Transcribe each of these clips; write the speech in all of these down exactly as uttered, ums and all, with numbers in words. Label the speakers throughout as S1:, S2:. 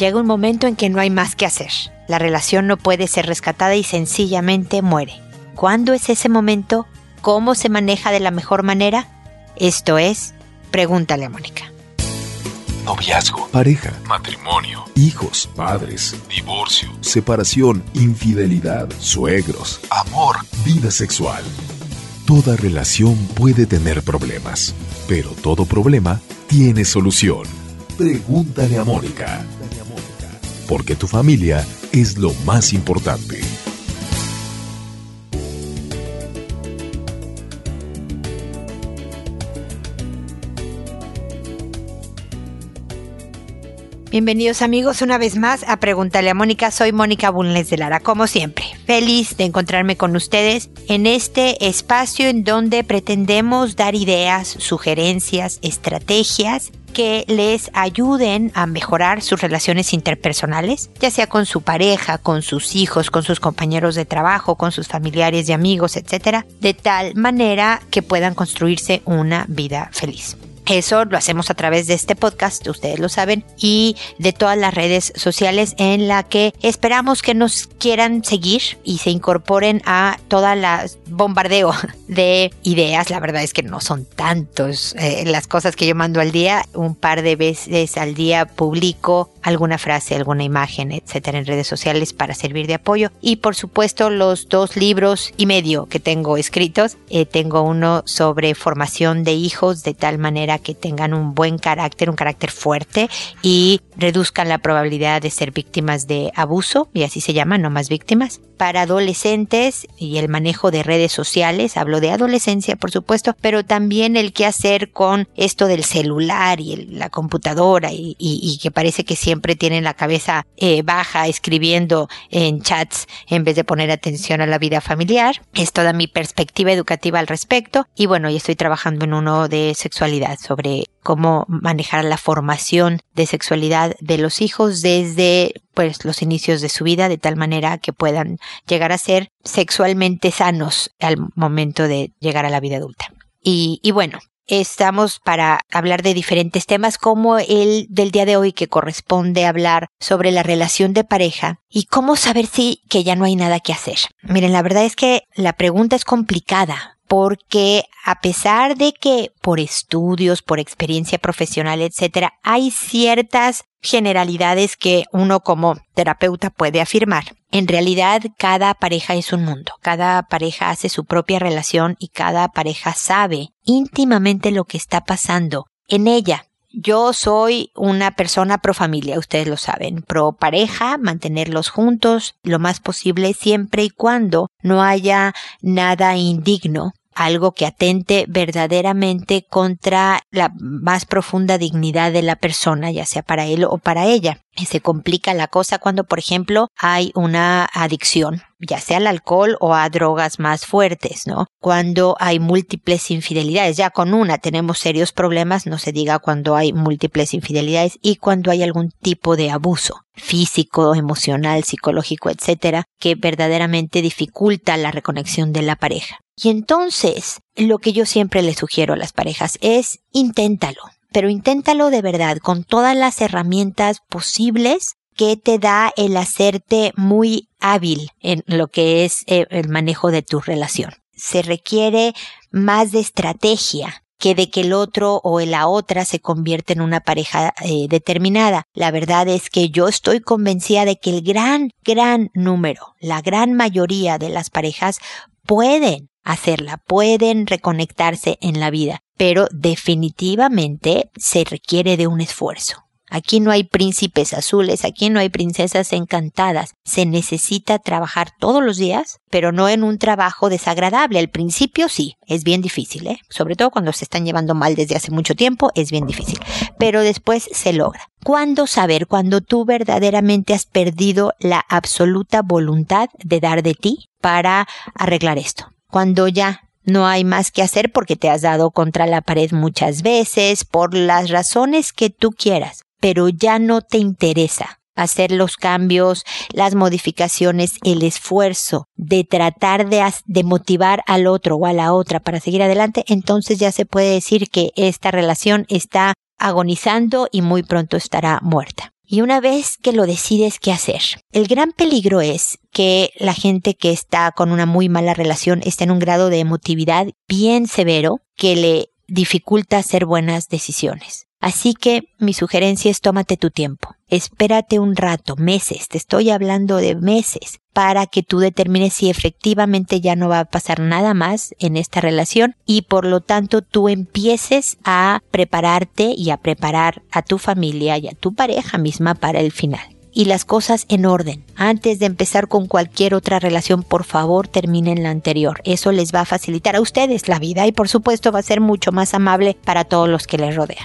S1: llega un momento en que no hay más que hacer. La relación no puede ser rescatada y sencillamente muere. ¿Cuándo es ese momento? ¿Cómo se maneja de la mejor manera? Esto es Pregúntale a Mónica.
S2: Noviazgo, pareja, matrimonio, hijos, padres, divorcio, separación, infidelidad, suegros, amor, vida sexual. Toda relación puede tener problemas, pero todo problema tiene solución. Pregúntale a Mónica. Porque tu familia es lo más importante.
S1: Bienvenidos amigos una vez más a Pregúntale a Mónica. Soy Mónica Bulnes de Lara, como siempre. Feliz de encontrarme con ustedes en este espacio en donde pretendemos dar ideas, sugerencias, estrategias que les ayuden a mejorar sus relaciones interpersonales, ya sea con su pareja, con sus hijos, con sus compañeros de trabajo, con sus familiares y amigos, etcétera, de tal manera que puedan construirse una vida feliz. Eso lo hacemos a través de este podcast, ustedes lo saben, y de todas las redes sociales en la que esperamos que nos quieran seguir y se incorporen a toda la bombardeo de ideas. La verdad es que no son tantos eh, las cosas que yo mando al día. Un par de veces al día publico alguna frase, alguna imagen, etcétera, en redes sociales para servir de apoyo. Y por supuesto los dos libros y medio que tengo escritos. Eh, tengo uno sobre formación de hijos de tal manera que tengan un buen carácter, un carácter fuerte y reduzcan la probabilidad de ser víctimas de abuso, y así se llama, no más víctimas. Para adolescentes y el manejo de redes sociales, hablo de adolescencia por supuesto, pero también el qué hacer con esto del celular y el, la computadora y, y, y que parece que siempre tienen la cabeza eh, baja escribiendo en chats en vez de poner atención a la vida familiar. Es toda mi perspectiva educativa al respecto y bueno, y estoy trabajando en uno de sexualidad, sobre cómo manejar la formación de sexualidad de los hijos desde pues los inicios de su vida, de tal manera que puedan llegar a ser sexualmente sanos al momento de llegar a la vida adulta. Y, y bueno, estamos para hablar de diferentes temas como el del día de hoy, que corresponde hablar sobre la relación de pareja y cómo saber si que ya no hay nada que hacer. Miren, la verdad es que la pregunta es complicada, porque a pesar de que por estudios, por experiencia profesional, etcétera, hay ciertas generalidades que uno como terapeuta puede afirmar. En realidad, cada pareja es un mundo. Cada pareja hace su propia relación y cada pareja sabe íntimamente lo que está pasando en ella. Yo soy una persona pro familia, ustedes lo saben, pro pareja, mantenerlos juntos lo más posible siempre y cuando no haya nada indigno, algo que atente verdaderamente contra la más profunda dignidad de la persona, ya sea para él o para ella. Y se complica la cosa cuando, por ejemplo, hay una adicción, ya sea al alcohol o a drogas más fuertes, ¿no? Cuando hay múltiples infidelidades, ya con una tenemos serios problemas, no se diga cuando hay múltiples infidelidades, y cuando hay algún tipo de abuso físico, emocional, psicológico, etcétera, que verdaderamente dificulta la reconexión de la pareja. Y entonces, lo que yo siempre les sugiero a las parejas es inténtalo. Pero inténtalo de verdad, con todas las herramientas posibles que te da el hacerte muy hábil en lo que es eh, el manejo de tu relación. Se requiere más de estrategia que de que el otro o la otra se convierta en una pareja eh, determinada. La verdad es que yo estoy convencida de que el gran, gran número, la gran mayoría de las parejas pueden hacerla, pueden reconectarse en la vida, pero definitivamente se requiere de un esfuerzo. Aquí no hay príncipes azules, aquí no hay princesas encantadas. Se necesita trabajar todos los días, pero no en un trabajo desagradable. Al principio sí, es bien difícil, ¿eh? Sobre todo cuando se están llevando mal desde hace mucho tiempo, es bien difícil. Pero después se logra. ¿Cuándo saber? Cuando tú verdaderamente has perdido la absoluta voluntad de dar de ti para arreglar esto. Cuando ya no hay más que hacer porque te has dado contra la pared muchas veces, por las razones que tú quieras, pero ya no te interesa hacer los cambios, las modificaciones, el esfuerzo de tratar de, de motivar al otro o a la otra para seguir adelante, entonces ya se puede decir que esta relación está agonizando y muy pronto estará muerta. Y una vez que lo decides, ¿qué hacer? El gran peligro es que la gente que está con una muy mala relación está en un grado de emotividad bien severo que le dificulta hacer buenas decisiones. Así que mi sugerencia es tómate tu tiempo. Espérate un rato, meses, te estoy hablando de meses, para que tú determines si efectivamente ya no va a pasar nada más en esta relación y por lo tanto tú empieces a prepararte y a preparar a tu familia y a tu pareja misma para el final. Y las cosas en orden. Antes de empezar con cualquier otra relación, por favor, terminen la anterior. Eso les va a facilitar a ustedes la vida y por supuesto va a ser mucho más amable para todos los que les rodean.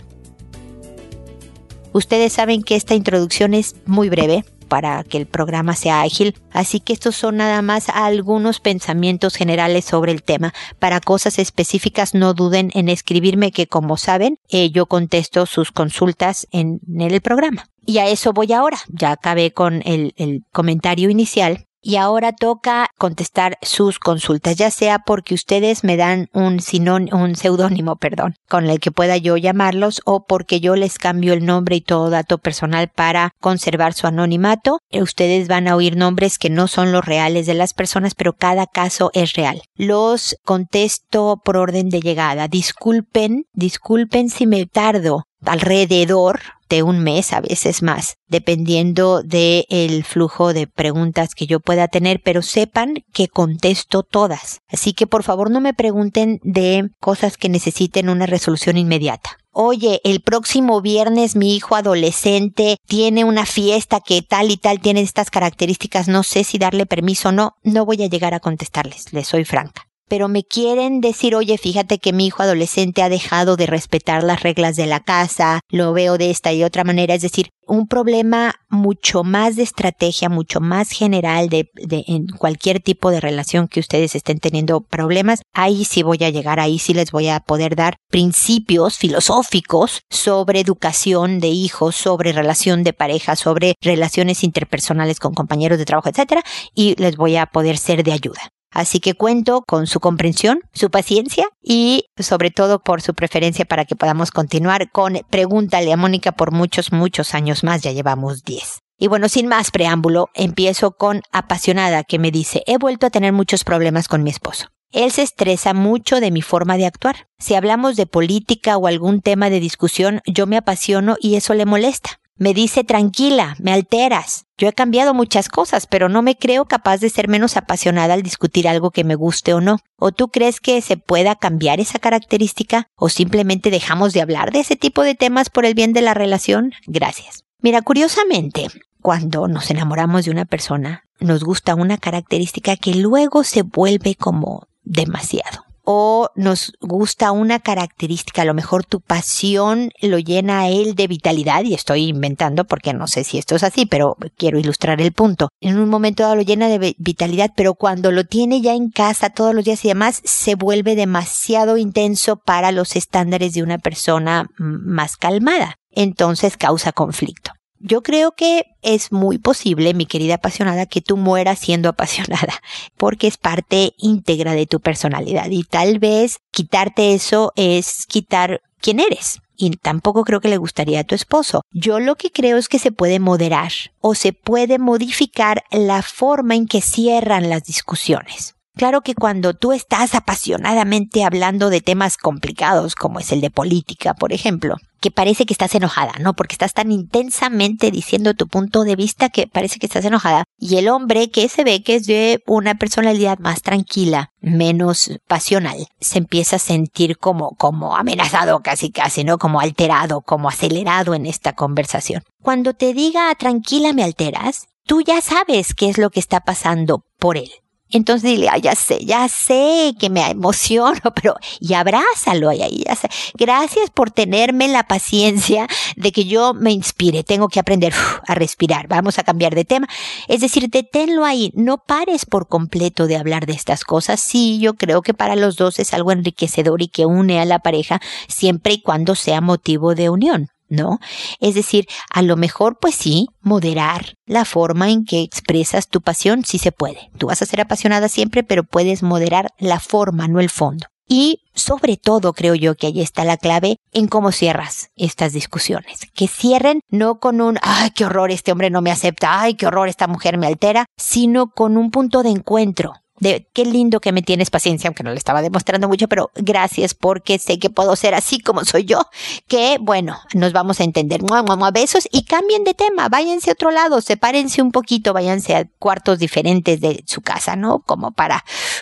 S1: Ustedes saben que esta introducción es muy breve para que el programa sea ágil, así que estos son nada más algunos pensamientos generales sobre el tema. Para cosas específicas no duden en escribirme que, como saben, eh, yo contesto sus consultas en, en el programa. Y a eso voy ahora. Ya acabé con el, el comentario inicial. Y ahora toca contestar sus consultas, ya sea porque ustedes me dan un sinón, un seudónimo, perdón, con el que pueda yo llamarlos o porque yo les cambio el nombre y todo dato personal para conservar su anonimato. Ustedes van a oír nombres que no son los reales de las personas, pero cada caso es real. Los contesto por orden de llegada. Disculpen, disculpen si me tardo alrededor de un mes, a veces más, dependiendo del flujo de preguntas que yo pueda tener, pero sepan que contesto todas. Así que por favor no me pregunten de cosas que necesiten una resolución inmediata. Oye, el próximo viernes mi hijo adolescente tiene una fiesta que tal y tal tiene estas características, no sé si darle permiso o no, no voy a llegar a contestarles, les soy franca. Pero me quieren decir, oye, fíjate que mi hijo adolescente ha dejado de respetar las reglas de la casa, lo veo de esta y otra manera, es decir, un problema mucho más de estrategia, mucho más general de, de en cualquier tipo de relación que ustedes estén teniendo problemas, ahí sí voy a llegar, ahí sí les voy a poder dar principios filosóficos sobre educación de hijos, sobre relación de pareja, sobre relaciones interpersonales con compañeros de trabajo, etcétera, y les voy a poder ser de ayuda. Así que cuento con su comprensión, su paciencia y sobre todo por su preferencia para que podamos continuar con Pregúntale a Mónica por muchos, muchos años más. Ya llevamos diez. Y bueno, sin más preámbulo, empiezo con Apasionada, que me dice, he vuelto a tener muchos problemas con mi esposo. Él se estresa mucho de mi forma de actuar. Si hablamos de política o algún tema de discusión, yo me apasiono y eso le molesta. Me dice, tranquila, me alteras. Yo he cambiado muchas cosas, pero no me creo capaz de ser menos apasionada al discutir algo que me guste o no. ¿O tú crees que se pueda cambiar esa característica? ¿O simplemente dejamos de hablar de ese tipo de temas por el bien de la relación? Gracias. Mira, curiosamente, cuando nos enamoramos de una persona, nos gusta una característica que luego se vuelve como demasiado. O nos gusta una característica, a lo mejor tu pasión lo llena a él de vitalidad, y estoy inventando porque no sé si esto es así, pero quiero ilustrar el punto. En un momento dado lo llena de vitalidad, pero cuando lo tiene ya en casa todos los días y demás, se vuelve demasiado intenso para los estándares de una persona más calmada. Entonces causa conflicto. Yo creo que es muy posible, mi querida apasionada, que tú mueras siendo apasionada, porque es parte íntegra de tu personalidad y tal vez quitarte eso es quitar quién eres. Y tampoco creo que le gustaría a tu esposo. Yo lo que creo es que se puede moderar o se puede modificar la forma en que cierran las discusiones. Claro que cuando tú estás apasionadamente hablando de temas complicados, como es el de política, por ejemplo, que parece que estás enojada, ¿no? Porque estás tan intensamente diciendo tu punto de vista que parece que estás enojada. Y el hombre, que se ve que es de una personalidad más tranquila, menos pasional, se empieza a sentir como, como amenazado casi casi, ¿no? Como alterado, como acelerado en esta conversación. Cuando te diga tranquila me alteras, tú ya sabes qué es lo que está pasando por él. Entonces dile, ah, ya sé, ya sé que me emociono, pero y abrázalo ahí, ya sé. Gracias por tenerme la paciencia de que yo me inspire. Tengo que aprender uf, a respirar. Vamos a cambiar de tema. Es decir, deténlo ahí. No pares por completo de hablar de estas cosas. Sí, yo creo que para los dos es algo enriquecedor y que une a la pareja siempre y cuando sea motivo de unión, ¿no? Es decir, a lo mejor, pues sí, moderar la forma en que expresas tu pasión, sí se puede. Tú vas a ser apasionada siempre, pero puedes moderar la forma, no el fondo. Y sobre todo creo yo que ahí está la clave en cómo cierras estas discusiones. Que cierren no con un, ay, qué horror, este hombre no me acepta, ay, qué horror, esta mujer me altera, sino con un punto de encuentro. De qué lindo que me tienes paciencia, aunque no le estaba demostrando mucho, pero gracias porque sé que puedo ser así como soy yo, que bueno, nos vamos a entender. Mua, mua, mua, besos y cambien de tema, váyanse a otro lado, sepárense un poquito, váyanse a cuartos diferentes de su casa, ¿no? Como para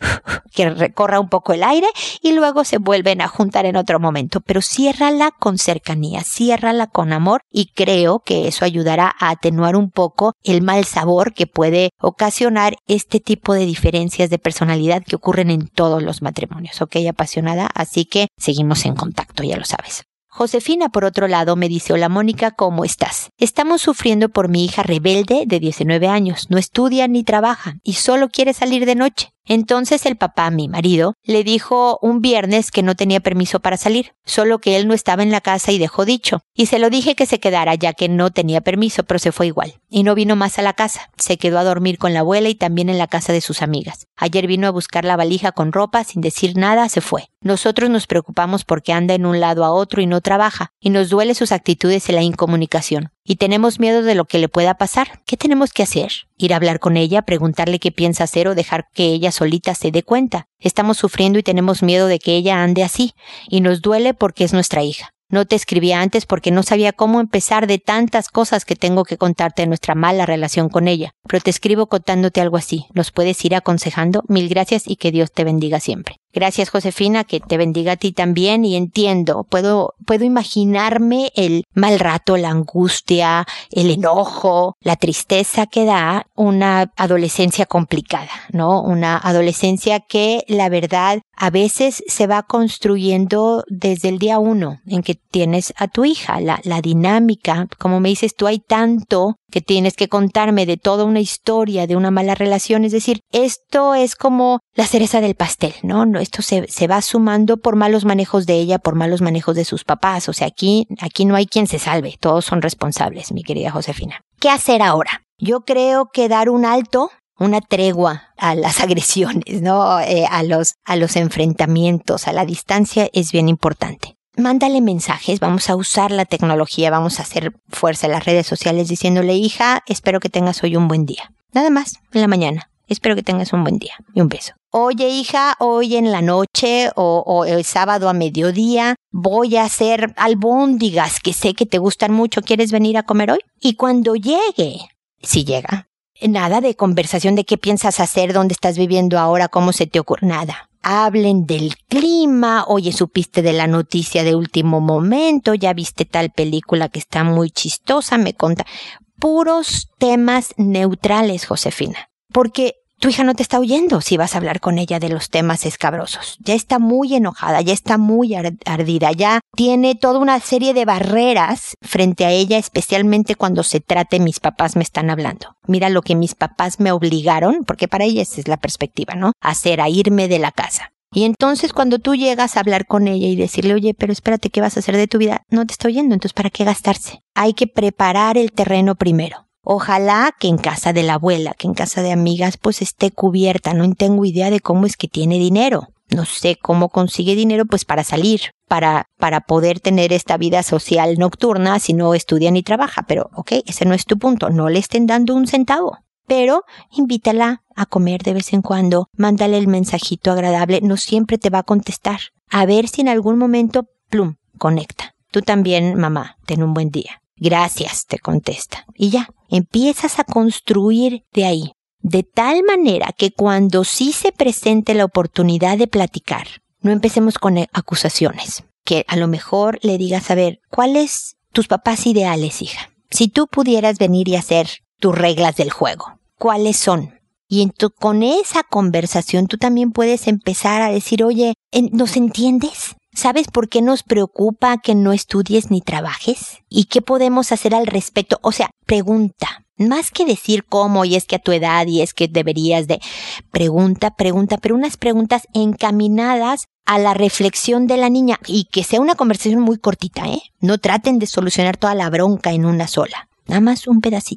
S1: que recorra un poco el aire y luego se vuelven a juntar en otro momento. Pero ciérrala con cercanía, ciérrala con amor y creo que eso ayudará a atenuar un poco el mal sabor que puede ocasionar este tipo de diferencias de personalidad que ocurren en todos los matrimonios. Ok, apasionada, así que seguimos en contacto, ya lo sabes. Josefina, por otro lado, me dice, hola Mónica, ¿cómo estás? Estamos sufriendo por mi hija rebelde de diecinueve años. No estudia ni trabaja y solo quiere salir de noche. Entonces el papá, mi marido, le dijo un viernes que no tenía permiso para salir, solo que él no estaba en la casa y dejó dicho. Y se lo dije que se quedara ya que no tenía permiso, pero se fue igual. Y no vino más a la casa. Se quedó a dormir con la abuela y también en la casa de sus amigas. Ayer vino a buscar la valija con ropa, sin decir nada, se fue. Nosotros nos preocupamos porque anda en un lado a otro y no trabaja, y nos duele sus actitudes en la incomunicación. Y tenemos miedo de lo que le pueda pasar. ¿Qué tenemos que hacer? Ir a hablar con ella, preguntarle qué piensa hacer o dejar que ella solita se dé cuenta. Estamos sufriendo y tenemos miedo de que ella ande así. Y nos duele porque es nuestra hija. No te escribí antes porque no sabía cómo empezar de tantas cosas que tengo que contarte de nuestra mala relación con ella. Pero te escribo contándote algo así. ¿Nos puedes ir aconsejando? Mil gracias y que Dios te bendiga siempre. Gracias, Josefina, que te bendiga a ti también y entiendo, puedo, puedo imaginarme el mal rato, la angustia, el enojo, la tristeza que da una adolescencia complicada, ¿no? Una adolescencia que, la verdad, a veces se va construyendo desde el día uno en que tienes a tu hija, la, la dinámica, como me dices tú, hay tanto que tienes que contarme de toda una historia, de una mala relación, es decir, esto es como la cereza del pastel, ¿no? Esto se, se va sumando por malos manejos de ella, por malos manejos de sus papás, o sea, aquí, aquí no hay quien se salve, todos son responsables, mi querida Josefina. ¿Qué hacer ahora? Yo creo que dar un alto, una tregua a las agresiones, ¿no? Eh, a los, a los enfrentamientos, a la distancia es bien importante. Mándale mensajes, vamos a usar la tecnología, vamos a hacer fuerza en las redes sociales diciéndole, hija, espero que tengas hoy un buen día. Nada más, en la mañana. Espero que tengas un buen día y un beso. Oye, hija, hoy en la noche o, o el sábado a mediodía voy a hacer albóndigas que sé que te gustan mucho. ¿Quieres venir a comer hoy? Y cuando llegue, si llega, nada de conversación de qué piensas hacer, dónde estás viviendo ahora, cómo se te ocurre, nada. Hablen del clima, oye, supiste de la noticia de último momento, ya viste tal película que está muy chistosa, me conta. Puros temas neutrales, Josefina, porque tu hija no te está oyendo si vas a hablar con ella de los temas escabrosos. Ya está muy enojada, ya está muy ardida, ya tiene toda una serie de barreras frente a ella, especialmente cuando se trate mis papás me están hablando. Mira lo que mis papás me obligaron, porque para ella esa es la perspectiva, ¿no? A hacer, a irme de la casa. Y entonces cuando tú llegas a hablar con ella y decirle, oye, pero espérate, ¿qué vas a hacer de tu vida? No te está oyendo, entonces ¿para qué gastarse? Hay que preparar el terreno primero. Ojalá que en casa de la abuela, que en casa de amigas, pues esté cubierta. No tengo idea de cómo es que tiene dinero. No sé cómo consigue dinero, pues para salir, para, para poder tener esta vida social nocturna si no estudia ni trabaja. Pero, ok, ese no es tu punto. No le estén dando un centavo. Pero invítala a comer de vez en cuando. Mándale el mensajito agradable. No siempre te va a contestar. A ver si en algún momento, plum, conecta. Tú también, mamá, ten un buen día. Gracias, te contesta. Y ya, empiezas a construir de ahí. De tal manera que cuando sí se presente la oportunidad de platicar, no empecemos con acusaciones. Que a lo mejor le digas, a ver, ¿cuáles tus papás ideales, hija? Si tú pudieras venir y hacer tus reglas del juego, ¿cuáles son? Y en tu, con esa conversación tú también puedes empezar a decir, oye, ¿nos entiendes? ¿Sabes por qué nos preocupa que no estudies ni trabajes? ¿Y qué podemos hacer al respecto? O sea, pregunta. Más que decir cómo y es que a tu edad y es que deberías de... Pregunta, pregunta, pero unas preguntas encaminadas a la reflexión de la niña. Y que sea una conversación muy cortita, ¿eh? No traten de solucionar toda la bronca en una sola. Nada más un pedacito.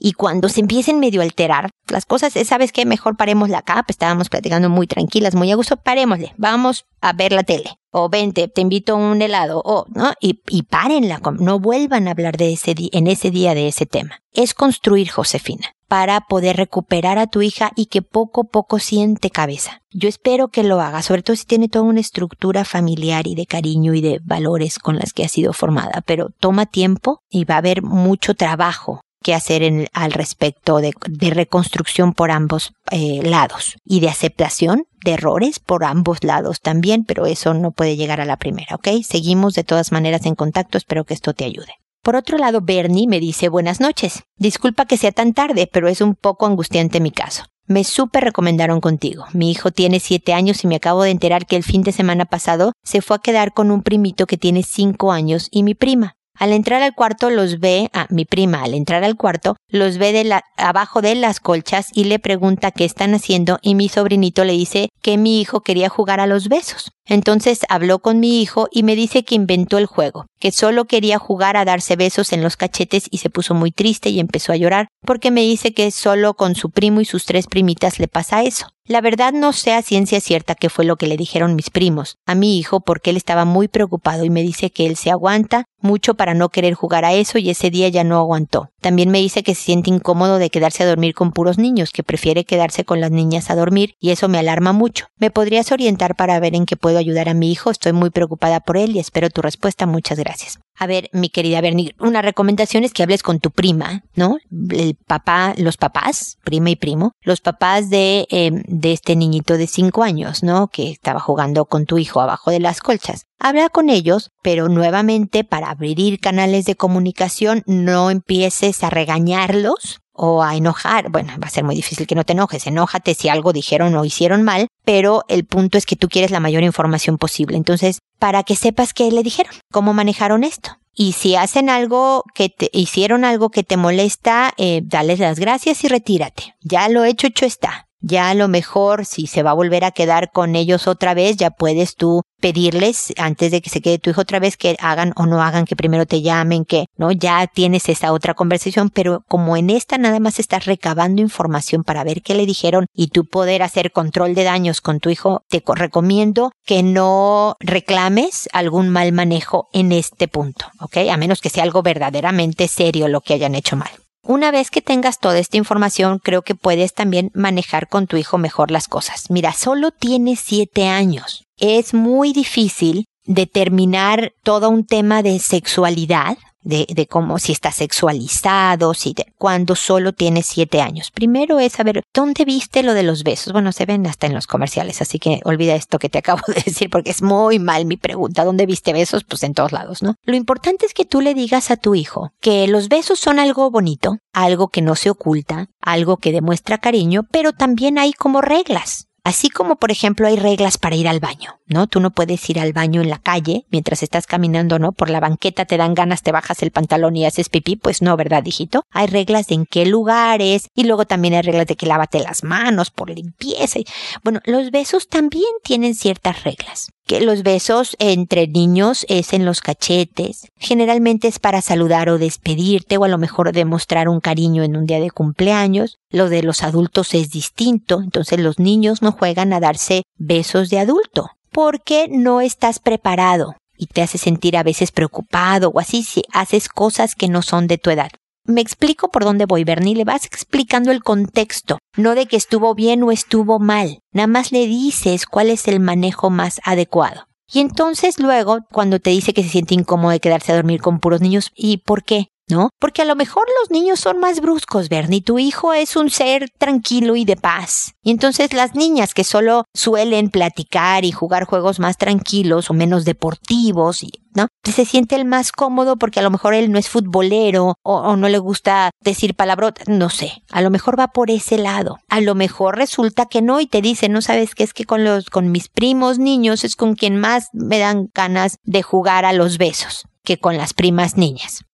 S1: Y cuando se empiecen medio a alterar las cosas, ¿sabes qué? Mejor parémosla acá, pues estábamos platicando muy tranquilas, muy a gusto, parémosle, vamos a ver la tele. O vente, te invito a un helado, o, ¿no? Y, y párenla, no vuelvan a hablar de ese di- en ese día de ese tema. Es construir, Josefina, para poder recuperar a tu hija y que poco a poco siente cabeza. Yo espero que lo haga, sobre todo si tiene toda una estructura familiar y de cariño y de valores con las que ha sido formada, pero toma tiempo y va a haber mucho trabajo que hacer en, al respecto de, de reconstrucción por ambos eh, lados y de aceptación de errores por ambos lados también, pero eso no puede llegar a la primera, ¿ok? Seguimos de todas maneras en contacto, espero que esto te ayude. Por otro lado, Bernie me dice buenas noches. Disculpa que sea tan tarde, pero es un poco angustiante mi caso. Me súper recomendaron contigo. Mi hijo tiene siete años y me acabo de enterar que el fin de semana pasado se fue a quedar con un primito que tiene cinco años y mi prima. Al entrar al cuarto los ve, ah, mi prima al entrar al cuarto, los ve de la, abajo de las colchas y le pregunta qué están haciendo y mi sobrinito le dice que mi hijo quería jugar a los besos. Entonces habló con mi hijo y me dice que inventó el juego, que solo quería jugar a darse besos en los cachetes y se puso muy triste y empezó a llorar porque me dice que solo con su primo y sus tres primitas le pasa eso. La verdad no sé a ciencia cierta qué fue lo que le dijeron mis primos a mi hijo porque él estaba muy preocupado y me dice que él se aguanta mucho para no querer jugar a eso y ese día ya no aguantó. También me dice que se siente incómodo de quedarse a dormir con puros niños, que prefiere quedarse con las niñas a dormir y eso me alarma mucho. ¿Me podrías orientar para ver en qué puedo ayudar a mi hijo? Estoy muy preocupada por él y espero tu respuesta. Muchas gracias. A ver, mi querida Bernie, una recomendación es que hables con tu prima, ¿no? El papá, los papás, prima y primo, los papás de, eh, de este niñito de cinco años, ¿no? Que estaba jugando con tu hijo abajo de las colchas. Habla con ellos, pero nuevamente para abrir canales de comunicación no empieces a regañarlos o a enojar. Bueno, va a ser muy difícil que no te enojes. Enójate si algo dijeron o hicieron mal, pero el punto es que tú quieres la mayor información posible. Entonces, para que sepas qué le dijeron, cómo manejaron esto. Y si hacen algo que te hicieron algo que te molesta, eh, dales las gracias y retírate. Ya lo hecho, hecho está. Ya a lo mejor, si se va a volver a quedar con ellos otra vez, ya puedes tú pedirles, antes de que se quede tu hijo otra vez, que hagan o no hagan, que primero te llamen, que no, ya tienes esa otra conversación, pero como en esta nada más estás recabando información para ver qué le dijeron y tú poder hacer control de daños con tu hijo, te recomiendo que no reclames algún mal manejo en este punto, ¿ok? A menos que sea algo verdaderamente serio lo que hayan hecho mal. Una vez que tengas toda esta información, creo que puedes también manejar con tu hijo mejor las cosas. Mira, solo tiene siete años. Es muy difícil determinar todo un tema de sexualidad, de, de cómo, si está sexualizado, si de, cuando solo tiene siete años. Primero es saber, ¿dónde viste lo de los besos? Bueno, se ven hasta en los comerciales, así que olvida esto que te acabo de decir porque es muy mal mi pregunta. ¿Dónde viste besos? Pues en todos lados, ¿no? Lo importante es que tú le digas a tu hijo que los besos son algo bonito, algo que no se oculta, algo que demuestra cariño, pero también hay como reglas. Así como, por ejemplo, hay reglas para ir al baño, ¿no? Tú no puedes ir al baño en la calle mientras estás caminando, ¿no? Por la banqueta te dan ganas, te bajas el pantalón y haces pipí. Pues no, ¿verdad, hijito? Hay reglas de en qué lugares y luego también hay reglas de que lávate las manos por limpieza. Bueno, los besos también tienen ciertas reglas. Que los besos entre niños es en los cachetes. Generalmente es para saludar o despedirte o a lo mejor demostrar un cariño en un día de cumpleaños. Lo de los adultos es distinto. Entonces los niños no juegan a darse besos de adulto porque no estás preparado y te hace sentir a veces preocupado o así si haces cosas que no son de tu edad. Me explico por dónde voy, Bernie. Le vas explicando el contexto, no de que estuvo bien o estuvo mal. Nada más le dices cuál es el manejo más adecuado. Y entonces luego, cuando te dice que se siente incómodo de quedarse a dormir con puros niños, ¿y por qué? ¿No? Porque a lo mejor los niños son más bruscos, Bernie. Tu hijo es un ser tranquilo y de paz. Y entonces las niñas que solo suelen platicar y jugar juegos más tranquilos o menos deportivos, ¿no? Se siente el más cómodo porque a lo mejor él no es futbolero o, o no le gusta decir palabrotas. No sé. A lo mejor va por ese lado. A lo mejor resulta que no y te dice, no sabes qué es que con los, con mis primos niños es con quien más me dan ganas de jugar a los besos que con las primas niñas.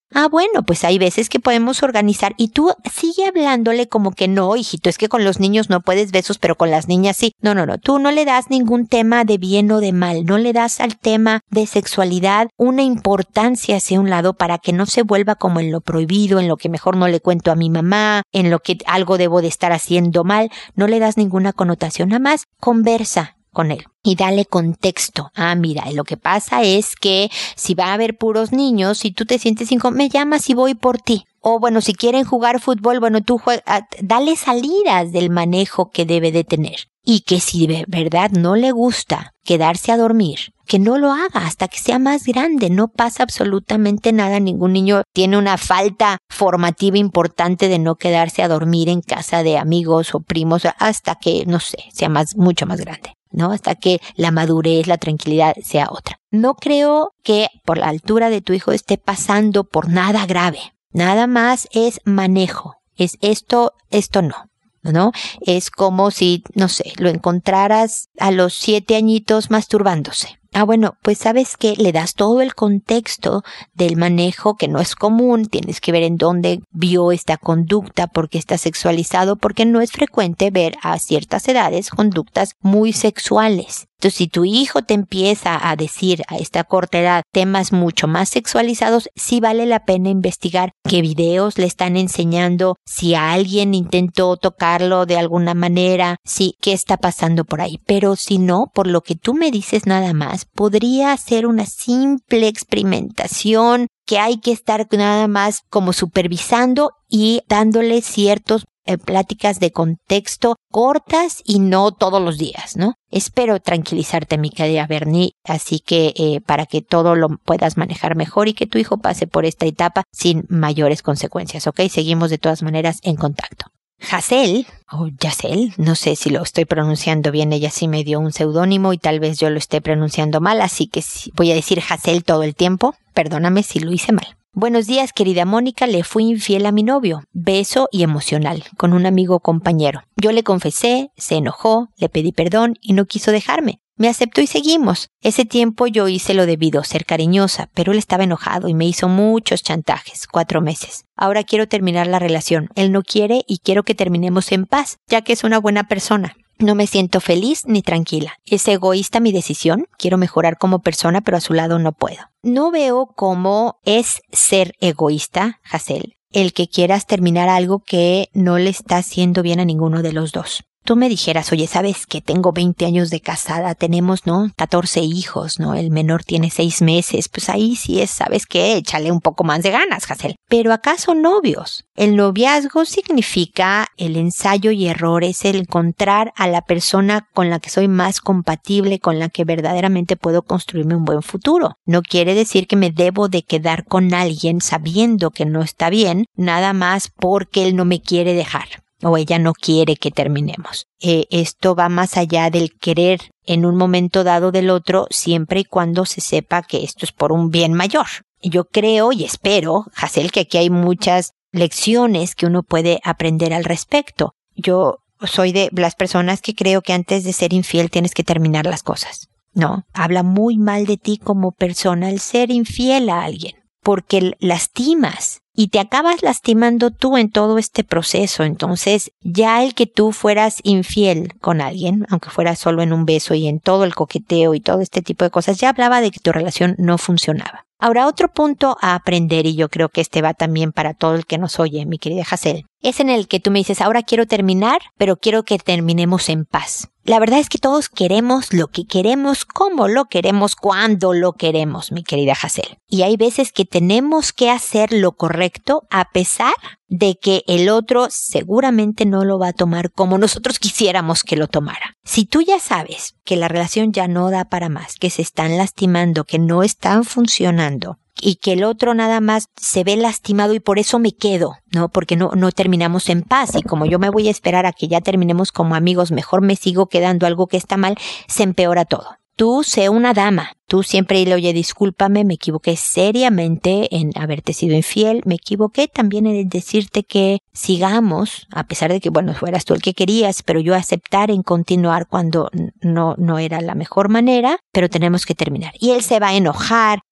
S1: Ah, bueno, pues hay veces que podemos organizar y tú sigue hablándole como que no, hijito, es que con los niños no puedes besos, pero con las niñas sí. No, no, no, tú no le das ningún tema de bien o de mal, no le das al tema de sexualidad una importancia hacia un lado para que no se vuelva como en lo prohibido, en lo que mejor no le cuento a mi mamá, en lo que algo debo de estar haciendo mal, no le das ninguna connotación, nada más conversa con él y dale contexto. Ah, mira, lo que pasa es que si va a haber puros niños, si tú te sientes incómodo, me llamas y voy por ti. O bueno, si quieren jugar fútbol, bueno, tú juegas, dale salidas del manejo que debe de tener. Y que si de verdad no le gusta quedarse a dormir, que no lo haga hasta que sea más grande. No pasa absolutamente nada. Ningún niño tiene una falta formativa importante de no quedarse a dormir en casa de amigos o primos hasta que, no sé, sea más, mucho más grande, ¿no? Hasta que la madurez, la tranquilidad sea otra. No creo que por la altura de tu hijo esté pasando por nada grave. Nada más es manejo. Es esto, esto no. ¿No? Es como si, no sé, lo encontraras a los siete añitos masturbándose. Ah, bueno, pues sabes que le das todo el contexto del manejo que no es común, tienes que ver en dónde vio esta conducta, por qué está sexualizado, porque no es frecuente ver a ciertas edades conductas muy sexuales. Entonces, si tu hijo te empieza a decir a esta corta edad temas mucho más sexualizados, sí vale la pena investigar qué videos le están enseñando, si alguien intentó tocarlo de alguna manera, si qué está pasando por ahí. Pero si no, por lo que tú me dices nada más, podría ser una simple experimentación que hay que estar nada más como supervisando y dándole ciertos eh, pláticas de contexto cortas y no todos los días, ¿no? Espero tranquilizarte, mi querida Bernie, así que eh, para que todo lo puedas manejar mejor y que tu hijo pase por esta etapa sin mayores consecuencias, ¿ok? Seguimos de todas maneras en contacto. Hazel, o Yacel, no sé si lo estoy pronunciando bien, ella sí me dio un seudónimo y tal vez yo lo esté pronunciando mal, así que voy a decir Hazel todo el tiempo, perdóname si lo hice mal. Buenos días, querida Mónica, le fui infiel a mi novio, beso y emocional, con un amigo compañero. Yo le confesé, se enojó, le pedí perdón y no quiso dejarme. Me aceptó y seguimos. Ese tiempo yo hice lo debido, ser cariñosa, pero él estaba enojado y me hizo muchos chantajes, cuatro meses. Ahora quiero terminar la relación. Él no quiere y quiero que terminemos en paz, ya que es una buena persona. No me siento feliz ni tranquila. ¿Es egoísta mi decisión? Quiero mejorar como persona, pero a su lado no puedo. No veo cómo es ser egoísta, Hazel, el que quieras terminar algo que no le está haciendo bien a ninguno de los dos. Tú me dijeras, oye, ¿sabes que tengo veinte años de casada? Tenemos, ¿no? catorce hijos, ¿no? El menor tiene seis meses. Pues ahí sí es, ¿sabes qué? Échale un poco más de ganas, Hazel. Pero ¿acaso novios? El noviazgo significa el ensayo y error, es el encontrar a la persona con la que soy más compatible, con la que verdaderamente puedo construirme un buen futuro. No quiere decir que me debo de quedar con alguien sabiendo que no está bien, nada más porque él no me quiere dejar. O ella no quiere que terminemos. Eh, esto va más allá del querer en un momento dado del otro, siempre y cuando se sepa que esto es por un bien mayor. Yo creo y espero, Hazel, que aquí hay muchas lecciones que uno puede aprender al respecto. Yo soy de las personas que creo que antes de ser infiel tienes que terminar las cosas. No, habla muy mal de ti como persona el ser infiel a alguien, porque lastimas. Y te acabas lastimando tú en todo este proceso. Entonces, ya el que tú fueras infiel con alguien, aunque fuera solo en un beso y en todo el coqueteo y todo este tipo de cosas, ya hablaba de que tu relación no funcionaba. Ahora, otro punto a aprender, y yo creo que este va también para todo el que nos oye, mi querida Hazel, es en el que tú me dices, ahora quiero terminar, pero quiero que terminemos en paz. La verdad es que todos queremos lo que queremos, cómo lo queremos, cuándo lo queremos, mi querida Hazel. Y hay veces que tenemos que hacer lo correcto a pesar de que el otro seguramente no lo va a tomar como nosotros quisiéramos que lo tomara. Si tú ya sabes que la relación ya no da para más, que se están lastimando, que no están funcionando, y que el otro nada más se ve lastimado y por eso me quedo, ¿no? Porque no, no terminamos en paz y como yo me voy a esperar a que ya terminemos como amigos, mejor me sigo quedando algo que está mal, se empeora todo. Tú sé una dama, tú siempre dile, oye, discúlpame, me equivoqué seriamente en haberte sido infiel, me equivoqué también en decirte que sigamos, a pesar de que, bueno, fueras tú el que querías, pero yo aceptar en continuar cuando no, no era la mejor manera, pero tenemos que terminar. Y él se va a enojar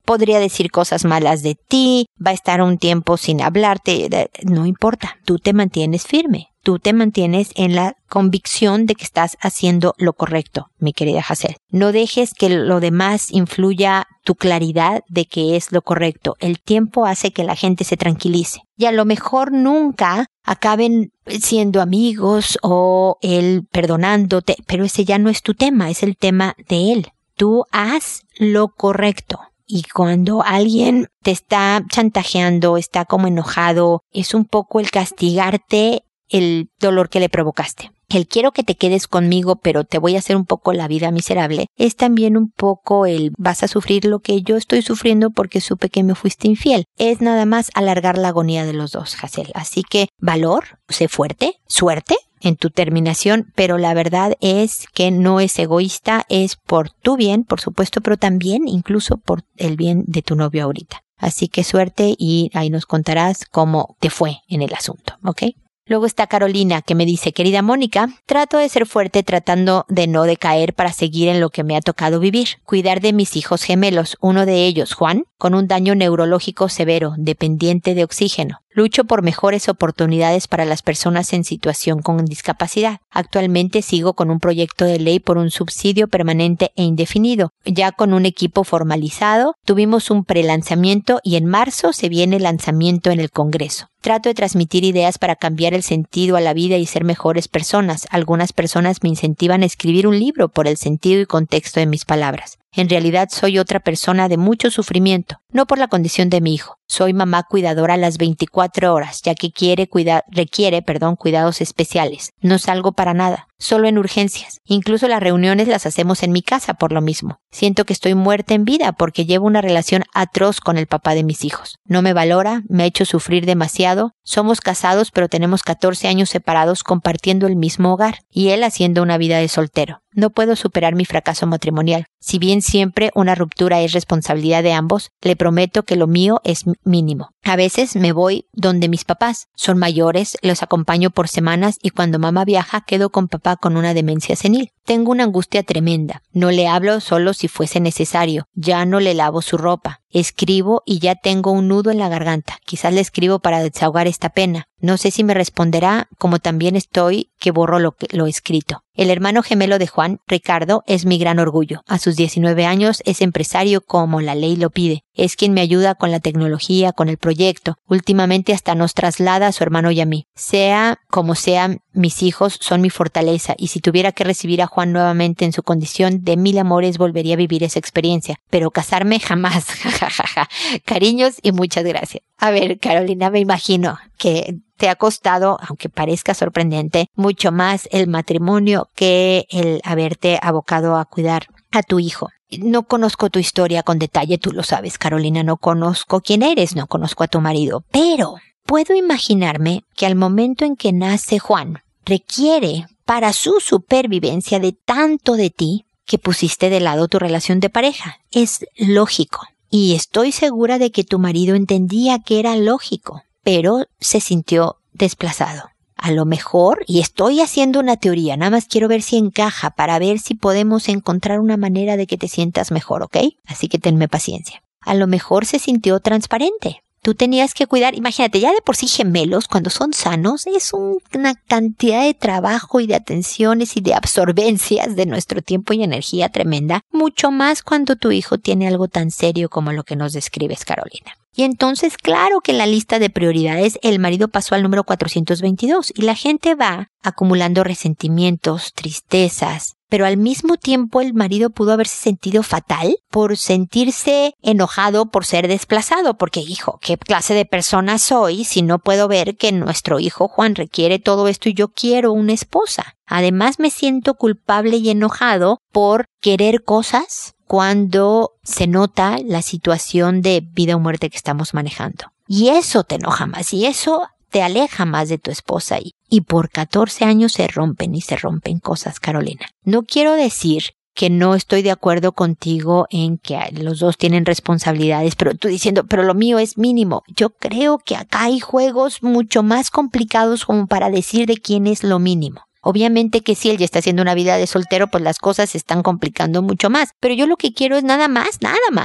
S1: podría decir cosas malas de ti, va a estar un tiempo sin hablarte, no importa, tú te mantienes firme, tú te mantienes en la convicción de que estás haciendo lo correcto, mi querida Hazel. No dejes que lo demás influya tu claridad de que es lo correcto. El tiempo hace que la gente se tranquilice y a lo mejor nunca acaben siendo amigos o él perdonándote, pero ese ya no es tu tema, es el tema de él. Tú haz lo correcto. Y cuando alguien te está chantajeando, está como enojado, es un poco el castigarte el dolor que le provocaste. El quiero que te quedes conmigo, pero te voy a hacer un poco la vida miserable. Es también un poco el vas a sufrir lo que yo estoy sufriendo porque supe que me fuiste infiel. Es nada más alargar la agonía de los dos, Hazel. Así que valor, sé fuerte, suerte en tu terminación, pero la verdad es que no es egoísta, es por tu bien, por supuesto, pero también incluso por el bien de tu novio ahorita. Así que suerte y ahí nos contarás cómo te fue en el asunto, ¿ok? Luego está Carolina, que me dice, querida Mónica, trato de ser fuerte tratando de no decaer para seguir en lo que me ha tocado vivir. Cuidar de mis hijos gemelos, uno de ellos, Juan, con un daño neurológico severo, dependiente de oxígeno. Lucho por mejores oportunidades para las personas en situación con discapacidad. Actualmente sigo con un proyecto de ley por un subsidio permanente e indefinido. Ya con un equipo formalizado, tuvimos un prelanzamiento y en marzo se viene el lanzamiento en el Congreso. Trato de transmitir ideas para cambiar el sentido a la vida y ser mejores personas. Algunas personas me incentivan a escribir un libro por el sentido y contexto de mis palabras. En realidad soy otra persona de mucho sufrimiento, no por la condición de mi hijo. Soy mamá cuidadora a las veinticuatro horas, ya que quiere cuida- requiere perdón, cuidados especiales. No salgo para nada, solo en urgencias. Incluso las reuniones las hacemos en mi casa por lo mismo. Siento que estoy muerta en vida porque llevo una relación atroz con el papá de mis hijos. No me valora, me ha hecho sufrir demasiado. Somos casados, pero tenemos catorce años separados compartiendo el mismo hogar, y él haciendo una vida de soltero. No puedo superar mi fracaso matrimonial. Si bien siempre una ruptura es responsabilidad de ambos, le prometo que lo mío es mínimo. A veces me voy donde mis papás. Son mayores, los acompaño por semanas y cuando mamá viaja quedo con papá con una demencia senil. Tengo una angustia tremenda. No le hablo solo si fuese necesario. Ya no le lavo su ropa. Escribo y ya tengo un nudo en la garganta. Quizás le escribo para desahogar esta pena. No sé si me responderá, como también estoy que borro lo, que, lo escrito. El hermano gemelo de Juan, Ricardo, es mi gran orgullo. A sus diecinueve años es empresario como la ley lo pide. Es quien me ayuda con la tecnología, con el proyecto. Últimamente hasta nos traslada a su hermano y a mí. Sea como sean, mis hijos son mi fortaleza y si tuviera que recibir a Juan nuevamente en su condición de mil amores volvería a vivir esa experiencia. Pero casarme jamás. Cariños y muchas gracias. A ver, Carolina, me imagino que te ha costado, aunque parezca sorprendente, mucho más el matrimonio que el haberte abocado a cuidar a tu hijo. No conozco tu historia con detalle, tú lo sabes, Carolina, no conozco quién eres, no conozco a tu marido, pero puedo imaginarme que al momento en que nace Juan, requiere para su supervivencia de tanto de ti que pusiste de lado tu relación de pareja. Es lógico. Y estoy segura de que tu marido entendía que era lógico, pero se sintió desplazado. A lo mejor, y estoy haciendo una teoría, nada más quiero ver si encaja para ver si podemos encontrar una manera de que te sientas mejor, ¿ok? Así que tenme paciencia. A lo mejor se sintió transparente. Tú tenías que cuidar, imagínate, ya de por sí gemelos, cuando son sanos, es un, una cantidad de trabajo y de atenciones y de absorbencias de nuestro tiempo y energía tremenda, mucho más cuando tu hijo tiene algo tan serio como lo que nos describes, Carolina. Y entonces, claro que en la lista de prioridades el marido pasó al número cuatrocientos veintidós y la gente va acumulando resentimientos, tristezas, pero al mismo tiempo el marido pudo haberse sentido fatal por sentirse enojado por ser desplazado, porque hijo, ¿qué clase de persona soy si no puedo ver que nuestro hijo Juan requiere todo esto y yo quiero una esposa? Además me siento culpable y enojado por querer cosas cuando se nota la situación de vida o muerte que estamos manejando. Y eso te enoja más y eso te aleja más de tu esposa y, y por catorce años se rompen y se rompen cosas, Carolina. No quiero decir que no estoy de acuerdo contigo en que los dos tienen responsabilidades, pero tú diciendo, pero lo mío es mínimo. Yo creo que acá hay juegos mucho más complicados como para decir de quién es lo mínimo. Obviamente que si él ya está haciendo una vida de soltero, pues las cosas se están complicando mucho más. Pero yo lo que quiero es nada más, nada más,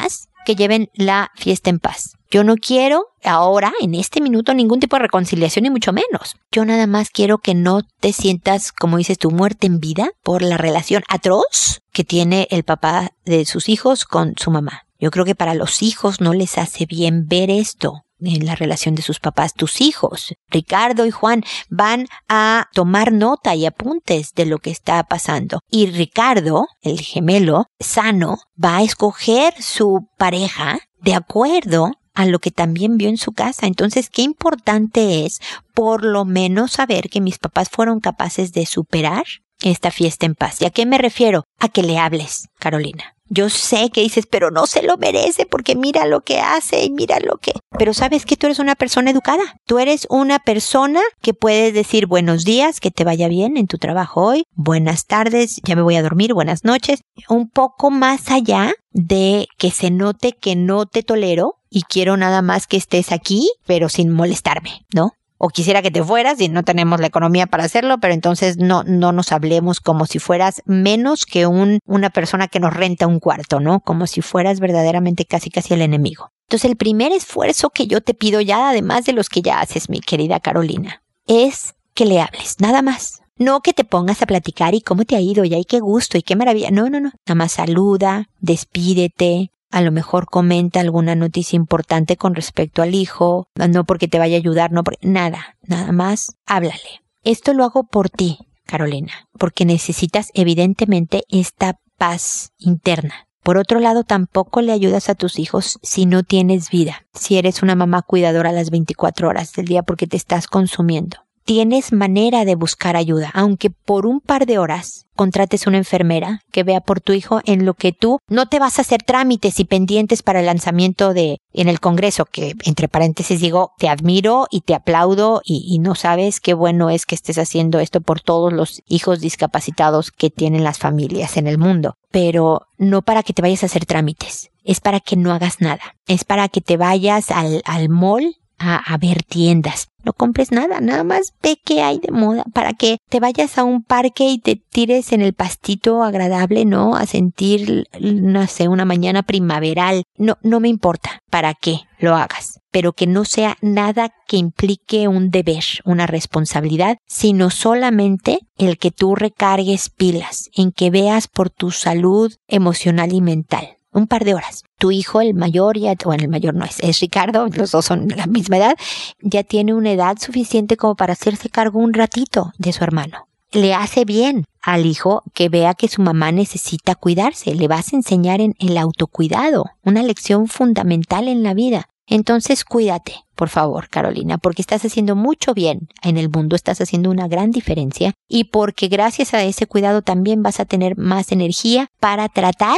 S1: que lleven la fiesta en paz. Yo no quiero ahora, en este minuto, ningún tipo de reconciliación, ni mucho menos. Yo nada más quiero que no te sientas, como dices tú, muerte en vida por la relación atroz que tiene el papá de sus hijos con su mamá. Yo creo que para los hijos no les hace bien ver esto en la relación de sus papás. Tus hijos, Ricardo y Juan, van a tomar nota y apuntes de lo que está pasando. Y Ricardo, el gemelo sano, va a escoger su pareja de acuerdo a lo que también vio en su casa. Entonces, qué importante es por lo menos saber que mis papás fueron capaces de superar esta fiesta en paz. ¿Y a qué me refiero? A que le hables, Carolina. Yo sé que dices, pero no se lo merece porque mira lo que hace y mira lo que... Pero sabes que tú eres una persona educada. Tú eres una persona que puedes decir buenos días, que te vaya bien en tu trabajo hoy, buenas tardes, ya me voy a dormir, buenas noches. Un poco más allá de que se note que no te tolero y quiero nada más que estés aquí, pero sin molestarme, ¿no? O quisiera que te fueras y no tenemos la economía para hacerlo, pero entonces no, no nos hablemos como si fueras menos que un, una persona que nos renta un cuarto, ¿no? Como si fueras verdaderamente casi casi el enemigo. Entonces el primer esfuerzo que yo te pido ya, además de los que ya haces, mi querida Carolina, es que le hables, nada más. No que te pongas a platicar y cómo te ha ido y ay, qué gusto y qué maravilla. No, no, no. Nada más saluda, despídete. A lo mejor comenta alguna noticia importante con respecto al hijo, no porque te vaya a ayudar, no porque, nada, nada más, háblale. Esto lo hago por ti, Carolina, porque necesitas evidentemente esta paz interna. Por otro lado, tampoco le ayudas a tus hijos si no tienes vida, si eres una mamá cuidadora a las veinticuatro horas del día porque te estás consumiendo. Tienes manera de buscar ayuda, aunque por un par de horas contrates una enfermera que vea por tu hijo en lo que tú no te vas a hacer trámites y pendientes para el lanzamiento de en el Congreso, que entre paréntesis digo, te admiro y te aplaudo y, y no sabes qué bueno es que estés haciendo esto por todos los hijos discapacitados que tienen las familias en el mundo, pero no para que te vayas a hacer trámites, es para que no hagas nada, es para que te vayas al, al mall A, a ver tiendas. No compres nada, nada más ve qué hay de moda para que te vayas a un parque y te tires en el pastito agradable, ¿no? A sentir, no sé, una mañana primaveral. No, no me importa para qué lo hagas, pero que no sea nada que implique un deber, una responsabilidad, sino solamente el que tú recargues pilas, en que veas por tu salud emocional y mental. Un par de horas. Tu hijo, el mayor, ya, bueno, el mayor no es, es Ricardo, los dos son de la misma edad, ya tiene una edad suficiente como para hacerse cargo un ratito de su hermano. Le hace bien al hijo que vea que su mamá necesita cuidarse. Le vas a enseñar en el autocuidado, una lección fundamental en la vida. Entonces cuídate, por favor, Carolina, porque estás haciendo mucho bien en el mundo, estás haciendo una gran diferencia y porque gracias a ese cuidado también vas a tener más energía para tratar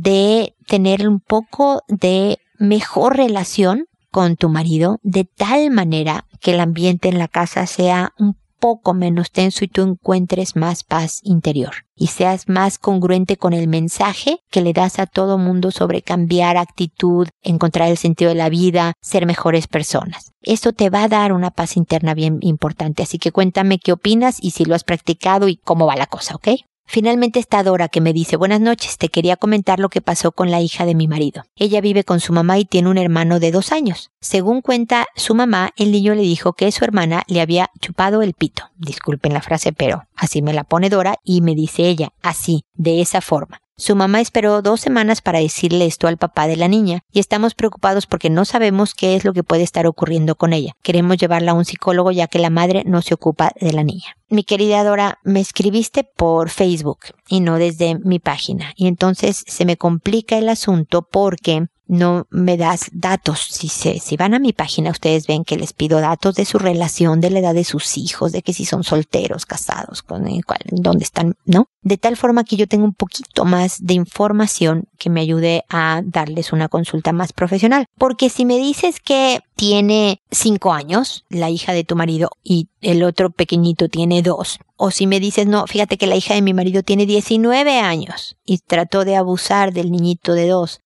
S1: de tener un poco de mejor relación con tu marido, de tal manera que el ambiente en la casa sea un poco menos tenso y tú encuentres más paz interior y seas más congruente con el mensaje que le das a todo mundo sobre cambiar actitud, encontrar el sentido de la vida, ser mejores personas. Esto te va a dar una paz interna bien importante, así que cuéntame qué opinas y si lo has practicado y cómo va la cosa, ¿ok? Finalmente está Dora que me dice, buenas noches, te quería comentar lo que pasó con la hija de mi marido. Ella vive con su mamá y tiene un hermano de dos años. Según cuenta su mamá, el niño le dijo que su hermana le había chupado el pito. Disculpen la frase, pero así me la pone Dora y me dice ella, así, de esa forma. Su mamá esperó dos semanas para decirle esto al papá de la niña y estamos preocupados porque no sabemos qué es lo que puede estar ocurriendo con ella. Queremos llevarla a un psicólogo ya que la madre no se ocupa de la niña. Mi querida Dora, me escribiste por Facebook y no desde mi página y entonces se me complica el asunto porque no me das datos. Si se, si van a mi página, ustedes ven que les pido datos de su relación, de la edad de sus hijos, de que si son solteros, casados, con el cual, dónde están, ¿no? De tal forma que yo tengo un poquito más de información que me ayude a darles una consulta más profesional. Porque si me dices que tiene cinco años, la hija de tu marido, y el otro pequeñito tiene dos, o si me dices, no, fíjate que la hija de mi marido tiene diecinueve años y trató de abusar del niñito de dos,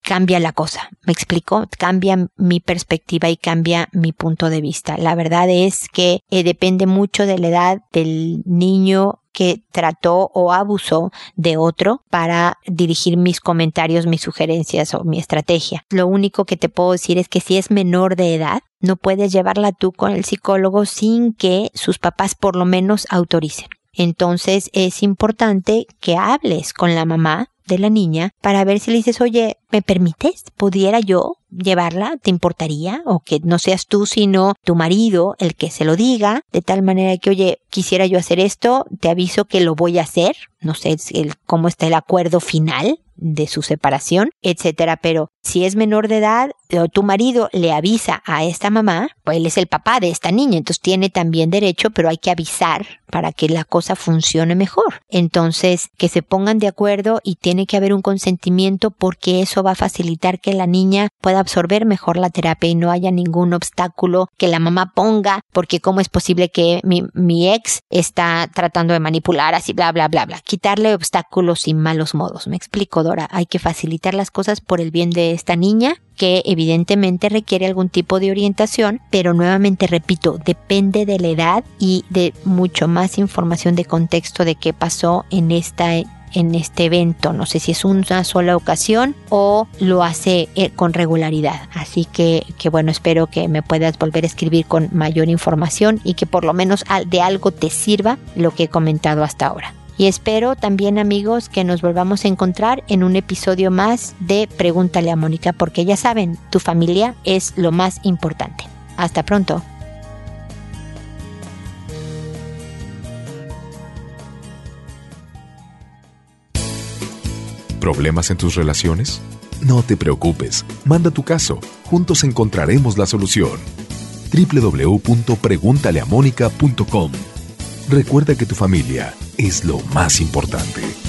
S1: cambia la cosa. ¿Me explico? Cambia mi perspectiva y cambia mi punto de vista. La verdad es que eh, depende mucho de la edad del niño que trató o abusó de otro para dirigir mis comentarios, mis sugerencias o mi estrategia. Lo único que te puedo decir es que si es menor de edad, no puedes llevarla tú con el psicólogo sin que sus papás por lo menos autoricen. Entonces es importante que hables con la mamá de la niña para ver si le dices, oye, ¿me permites? ¿Pudiera yo llevarla? ¿Te importaría? O que no seas tú, sino tu marido el que se lo diga, de tal manera que, oye, quisiera yo hacer esto, te aviso que lo voy a hacer. No sé el, cómo está el acuerdo final de su separación, etcétera. Pero si es menor de edad, o tu marido le avisa a esta mamá, pues él es el papá de esta niña, entonces tiene también derecho, pero hay que avisar para que la cosa funcione mejor. Entonces, que se pongan de acuerdo y tiene que haber un consentimiento porque eso va a facilitar que la niña pueda absorber mejor la terapia y no haya ningún obstáculo que la mamá ponga, porque cómo es posible que mi, mi ex está tratando de manipular así, bla, bla, bla, bla. Quitarle obstáculos y malos modos. ¿Me explico, Dora? Hay que facilitar las cosas por el bien de esta niña, que evidentemente requiere algún tipo de orientación, pero nuevamente repito, depende de la edad y de mucho más información de contexto de qué pasó en esta en este evento. No sé si es una sola ocasión o lo hace eh, con regularidad. Así que, que bueno, espero que me puedas volver a escribir con mayor información y que por lo menos de algo te sirva lo que he comentado hasta ahora. Y espero también, amigos, que nos volvamos a encontrar en un episodio más de Pregúntale a Mónica, porque ya saben, tu familia es lo más importante. Hasta pronto.
S2: ¿Problemas en tus relaciones? No te preocupes, manda tu caso, juntos encontraremos la solución. doble u doble u doble u punto pregúntale a mónica punto com. Recuerda que tu familia es lo más importante.